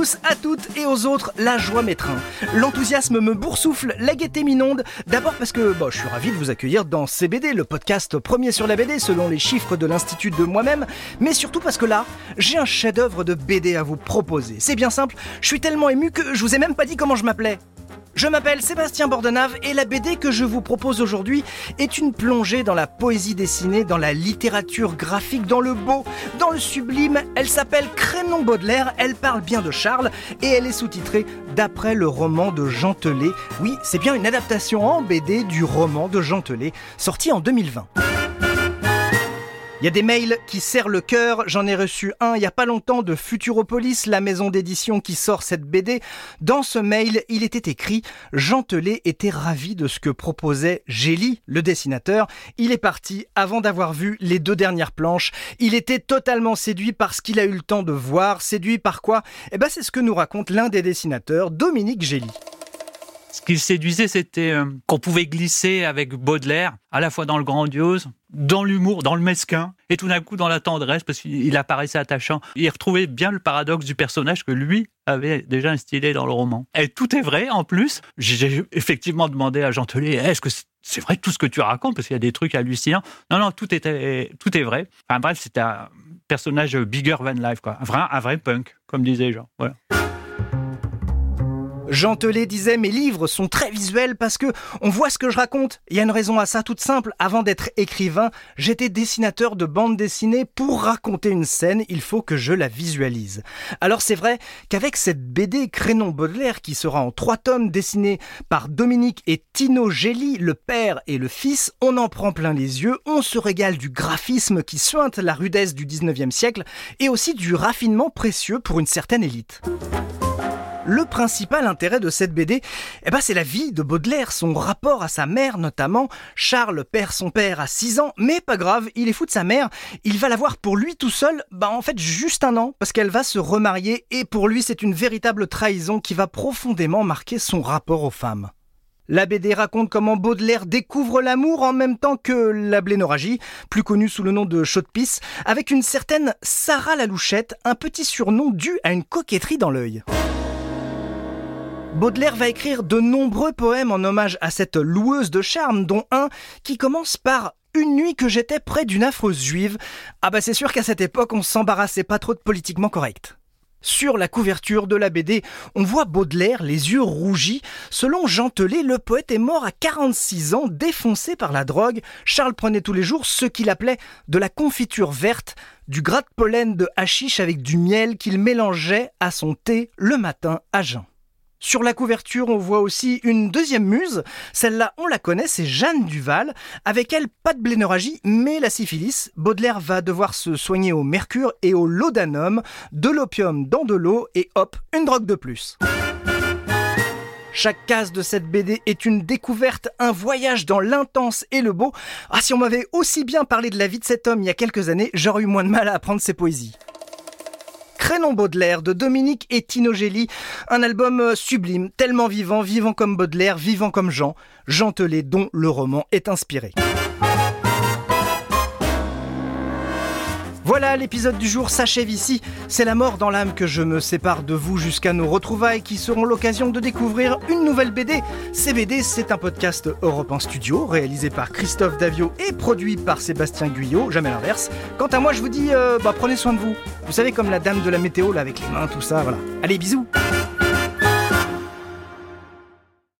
tous, à toutes et aux autres, la joie m'étreint. L'enthousiasme me boursoufle, la gaieté m'inonde. D'abord parce que je suis ravi de vous accueillir dans CBD, le podcast premier sur la BD selon les chiffres de l'Institut de moi-même, mais surtout parce que là, j'ai un chef-d'œuvre de BD à vous proposer. C'est bien simple, je suis tellement ému que je vous ai même pas dit comment je m'appelais. Je m'appelle Sébastien Bordenave et la BD que je vous propose aujourd'hui est une plongée dans la poésie dessinée, dans la littérature graphique, dans le beau, dans le sublime. Elle s'appelle Crénon Baudelaire, elle parle bien de Charles et elle est sous-titrée d'après le roman de Jean Telet. Oui, c'est bien une adaptation en BD du roman de Jean Telet, sorti en 2020. Il y a des mails qui serrent le cœur, j'en ai reçu un il y a pas longtemps de Futuropolis, la maison d'édition qui sort cette BD. Dans ce mail, il était écrit « Jean Telet était ravi de ce que proposait Gély, le dessinateur. Il est parti avant d'avoir vu les 2 dernières planches. Il était totalement séduit par ce qu'il a eu le temps de voir. Séduit par quoi ? C'est ce que nous raconte l'un des dessinateurs, Dominique Gély. Ce qui le séduisait, c'était qu'on pouvait glisser avec Baudelaire, à la fois dans le grandiose, dans l'humour, dans le mesquin, et tout d'un coup dans la tendresse, parce qu'il apparaissait attachant. Il retrouvait bien le paradoxe du personnage que lui avait déjà instillé dans le roman. Et tout est vrai, en plus. J'ai effectivement demandé à Jean Telet, est-ce que c'est vrai tout ce que tu racontes ? Parce qu'il y a des trucs hallucinants. Non, tout est vrai. Enfin bref, c'était un personnage bigger than life, quoi. Un vrai punk, comme disait Jean. Voilà. Jean Telet disait « Mes livres sont très visuels parce que on voit ce que je raconte. Il y a une raison à ça toute simple. Avant d'être écrivain, j'étais dessinateur de bande dessinée. Pour raconter une scène, il faut que je la visualise. » Alors c'est vrai qu'avec cette BD Crénon Baudelaire qui sera en 3 tomes dessinée par Dominique et Tino Gély, le père et le fils, on en prend plein les yeux. On se régale du graphisme qui suinte la rudesse du 19e siècle et aussi du raffinement précieux pour une certaine élite. Le principal intérêt de cette BD, c'est la vie de Baudelaire, son rapport à sa mère notamment. Charles perd son père à 6 ans, mais pas grave, il est fou de sa mère. Il va l'avoir pour lui tout seul, juste 1 an, parce qu'elle va se remarier et pour lui c'est une véritable trahison qui va profondément marquer son rapport aux femmes. La BD raconte comment Baudelaire découvre l'amour en même temps que la blénorragie, plus connue sous le nom de chaude-pisse, avec une certaine Sarah la Louchette, un petit surnom dû à une coquetterie dans l'œil. Baudelaire va écrire de nombreux poèmes en hommage à cette loueuse de charme, dont un qui commence par « Une nuit que j'étais près d'une affreuse juive ». C'est sûr qu'à cette époque, on s'embarrassait pas trop de politiquement correct. Sur la couverture de la BD, on voit Baudelaire, les yeux rougis. Selon Jean Telet, le poète est mort à 46 ans, défoncé par la drogue. Charles prenait tous les jours ce qu'il appelait de la confiture verte, du gratte-pollen de hashish avec du miel qu'il mélangeait à son thé le matin à jeun. Sur la couverture, on voit aussi une deuxième muse. Celle-là, on la connaît, c'est Jeanne Duval. Avec elle, pas de blénorragie, mais la syphilis. Baudelaire va devoir se soigner au mercure et au laudanum, de l'opium dans de l'eau et hop, une drogue de plus. Chaque case de cette BD est une découverte, un voyage dans l'intense et le beau. Si on m'avait aussi bien parlé de la vie de cet homme il y a quelques années, j'aurais eu moins de mal à apprendre ses poésies. Crénon Baudelaire de Dominique et Tino Gély, un album sublime, tellement vivant, vivant comme Baudelaire, vivant comme Jean Telet dont le roman est inspiré. Voilà, l'épisode du jour s'achève ici. C'est la mort dans l'âme que je me sépare de vous jusqu'à nos retrouvailles qui seront l'occasion de découvrir une nouvelle BD. CBD, c'est un podcast Europe 1 Studio, réalisé par Christophe Davio et produit par Sébastien Guyot, jamais l'inverse. Quant à moi, je vous dis, prenez soin de vous. Vous savez, comme la dame de la météo, là, avec les mains, tout ça, voilà. Allez, bisous!